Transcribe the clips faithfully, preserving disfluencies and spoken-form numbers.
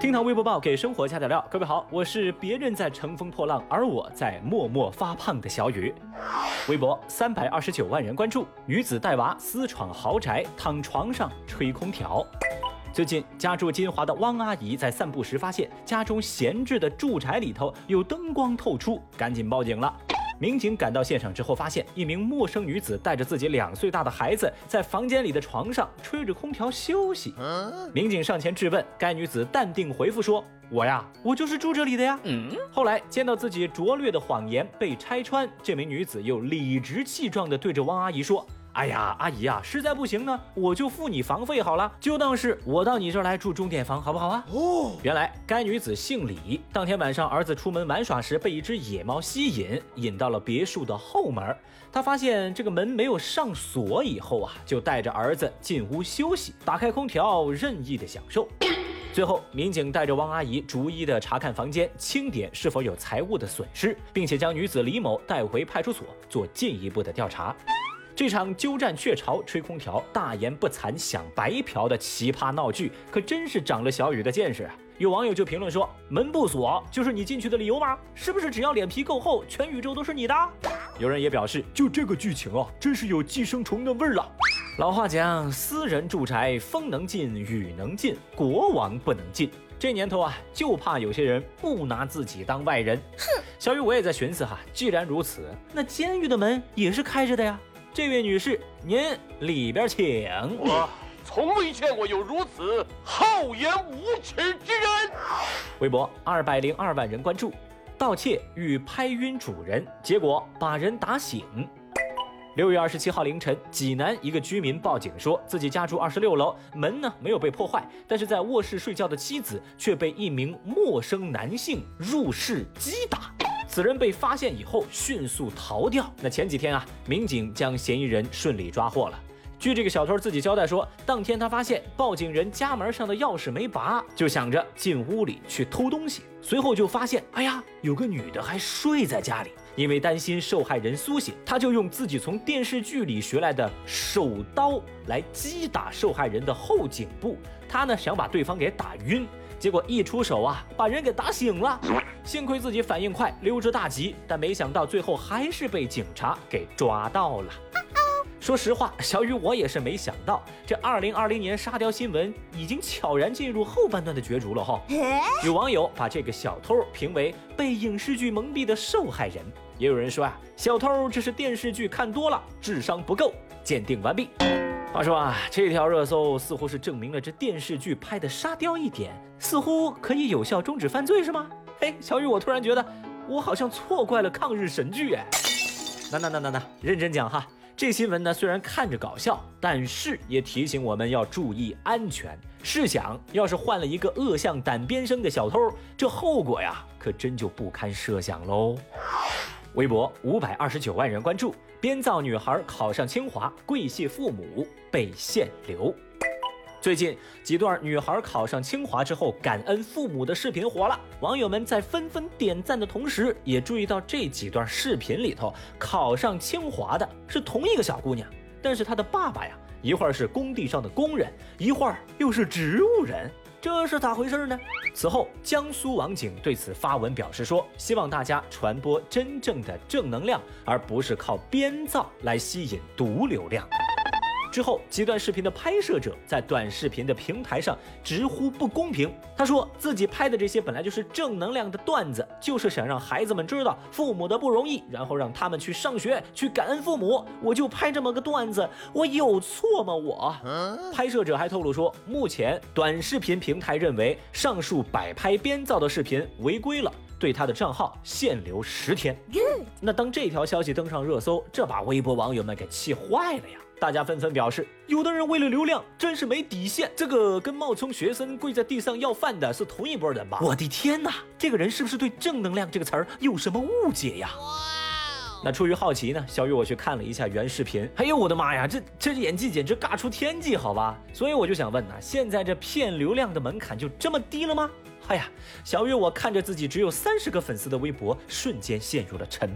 听堂微博报给生活加点料，各位好，我是别人在乘风破浪，而我在默默发胖的小雨。微博三百二十九万人关注，女子带娃私闯豪宅，躺床上吹空调。最近家住金华的汪阿姨在散步时发现家中闲置的住宅里头有灯光透出，赶紧报警了。民警赶到现场之后，发现一名陌生女子带着自己两岁大的孩子在房间里的床上吹着空调休息。民警上前质问，该女子淡定回复说：“我呀，我就是住这里的呀。”嗯。后来见到自己拙劣的谎言被拆穿，这名女子又理直气壮地对着汪阿姨说：“哎呀，阿姨啊，实在不行呢，我就付你房费好了，就当是我到你这儿来住钟点房，好不好啊？”哦，原来该女子姓李，当天晚上儿子出门玩耍时被一只野猫吸引，引到了别墅的后门。他发现这个门没有上锁以后啊，就带着儿子进屋休息，打开空调任意的享受。最后，民警带着汪阿姨逐一的查看房间，清点是否有财物的损失，并且将女子李某带回派出所做进一步的调查。这场鸠占鹊巢、吹空调、大言不惭想白嫖的奇葩闹剧，可真是长了小雨的见识啊！有网友就评论说：“门不锁就是你进去的理由吗？是不是只要脸皮够厚，全宇宙都是你的？”有人也表示，就这个剧情啊，真是有寄生虫的味儿了。老话讲，私人住宅风能进，雨能进，国王不能进。这年头啊，就怕有些人不拿自己当外人。哼，小雨我也在寻思哈，既然如此，那监狱的门也是开着的呀。这位女士，您里边请。 我从未见过有如此厚颜无耻之人。 微博二百零二万人关注，盗窃欲拍晕主人，结果把人打醒。六月二十七号凌晨，济南一个居民报警说，自己家住二十六楼，门呢没有被破坏，但是在卧室睡觉的妻子却被一名陌生男性入室击打。此人被发现以后迅速逃掉。那前几天啊，民警将嫌疑人顺利抓获了。据这个小偷自己交代说，当天他发现报警人家门上的钥匙没拔，就想着进屋里去偷东西，随后就发现，哎呀，有个女的还睡在家里。因为担心受害人苏醒，他就用自己从电视剧里学来的手刀来击打受害人的后颈部。他呢想把对方给打晕，结果一出手啊，把人给打醒了。幸亏自己反应快，溜之大吉，但没想到最后还是被警察给抓到了。说实话，小雨我也是没想到，这二零二零年沙雕新闻已经悄然进入后半段的角逐了哈。有网友把这个小偷评为被影视剧蒙蔽的受害人，也有人说啊，小偷这是电视剧看多了，智商不够。鉴定完毕。话说啊，这条热搜似乎是证明了这电视剧拍的沙雕一点，似乎可以有效终止犯罪，是吗？嘿，小雨我突然觉得我好像错怪了抗日神剧哎。那那那那那，认真讲哈。这新闻呢虽然看着搞笑，但是也提醒我们要注意安全。试想，要是换了一个恶向胆边生的小偷，这后果呀可真就不堪设想喽。微博五百二十九万人关注，编造女孩考上清华跪谢父母被限流。最近几段女孩考上清华之后感恩父母的视频火了，网友们在纷纷点赞的同时，也注意到这几段视频里头考上清华的是同一个小姑娘，但是她的爸爸呀，一会儿是工地上的工人，一会儿又是植物人，这是咋回事呢？此后，江苏网警对此发文表示说，希望大家传播真正的正能量，而不是靠编造来吸引毒流量。之后，几段视频的拍摄者在短视频的平台上直呼不公平。他说自己拍的这些本来就是正能量的段子，就是想让孩子们知道父母的不容易，然后让他们去上学，去感恩父母。我就拍这么个段子，我有错吗我？拍摄者还透露说，目前短视频平台认为上述摆拍编造的视频违规了，对他的账号限流十天。那当这条消息登上热搜，这把微博网友们给气坏了呀！大家纷纷表示，有的人为了流量真是没底线，这个跟冒充学生跪在地上要饭的是同一拨人吧？我的天哪，这个人是不是对正能量这个词儿有什么误解呀？那出于好奇呢，小雨我去看了一下原视频，哎呦我的妈呀，这这演技简直尬出天际，好吧？所以我就想问呢，现在这骗流量的门槛就这么低了吗？哎呀，小雨我看着自己只有三十个粉丝的微博，瞬间陷入了沉默。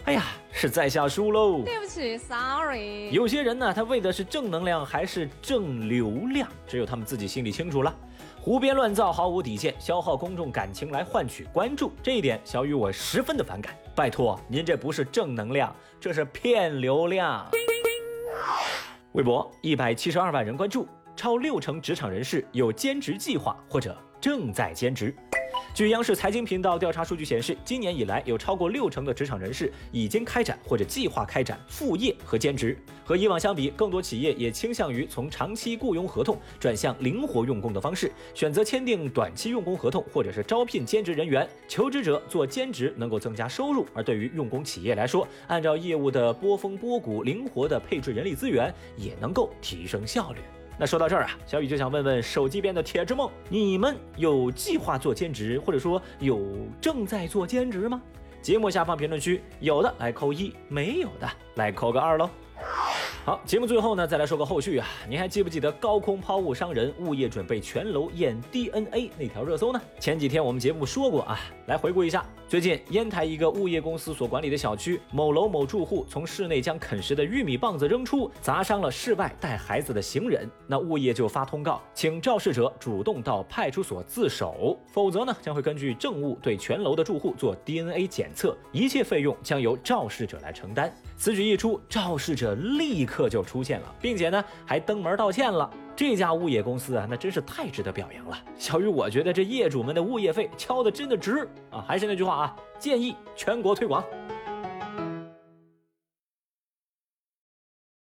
哎呀，是在下输喽。 对不起 ，sorry。 有些人呢，他为的是正能量还是正流量，只有他们自己心里清楚了。胡编乱造，毫无底线，消耗公众感情来换取关注，这一点小雨我十分的反感。拜托，您这不是正能量，这是骗流量。微博一百七十二万人关注，超六成职场人士有兼职计划或者正在兼职。据央视财经频道调查数据显示，今年以来有超过六成的职场人士已经开展或者计划开展副业和兼职。和以往相比，更多企业也倾向于从长期雇佣合同转向灵活用工的方式，选择签订短期用工合同或者是招聘兼职人员。求职者做兼职能够增加收入，而对于用工企业来说，按照业务的波峰波谷，灵活的配置人力资源，也能够提升效率。那说到这儿啊，小雨就想问问手机边的铁之梦，你们有计划做兼职，或者说有正在做兼职吗？节目下方评论区有的来扣一，没有的来扣个二喽。好，节目最后呢，再来说个后续啊。您还记不记得高空抛物伤人，物业准备全楼验 D N A 那条热搜呢？前几天我们节目说过啊，来回顾一下。最近烟台一个物业公司所管理的小区，某楼某住户从室内将啃食的玉米棒子扔出，砸伤了室外带孩子的行人。那物业就发通告，请肇事者主动到派出所自首，否则呢将会根据证物对全楼的住户做 D N A 检测，一切费用将由肇事者来承担。此举一出，肇事者立刻就出现了，并且呢还登门道歉了。这家物业公司啊，那真是太值得表扬了。小雨，我觉得这业主们的物业费敲的真的值啊！还是那句话啊，建议全国推广。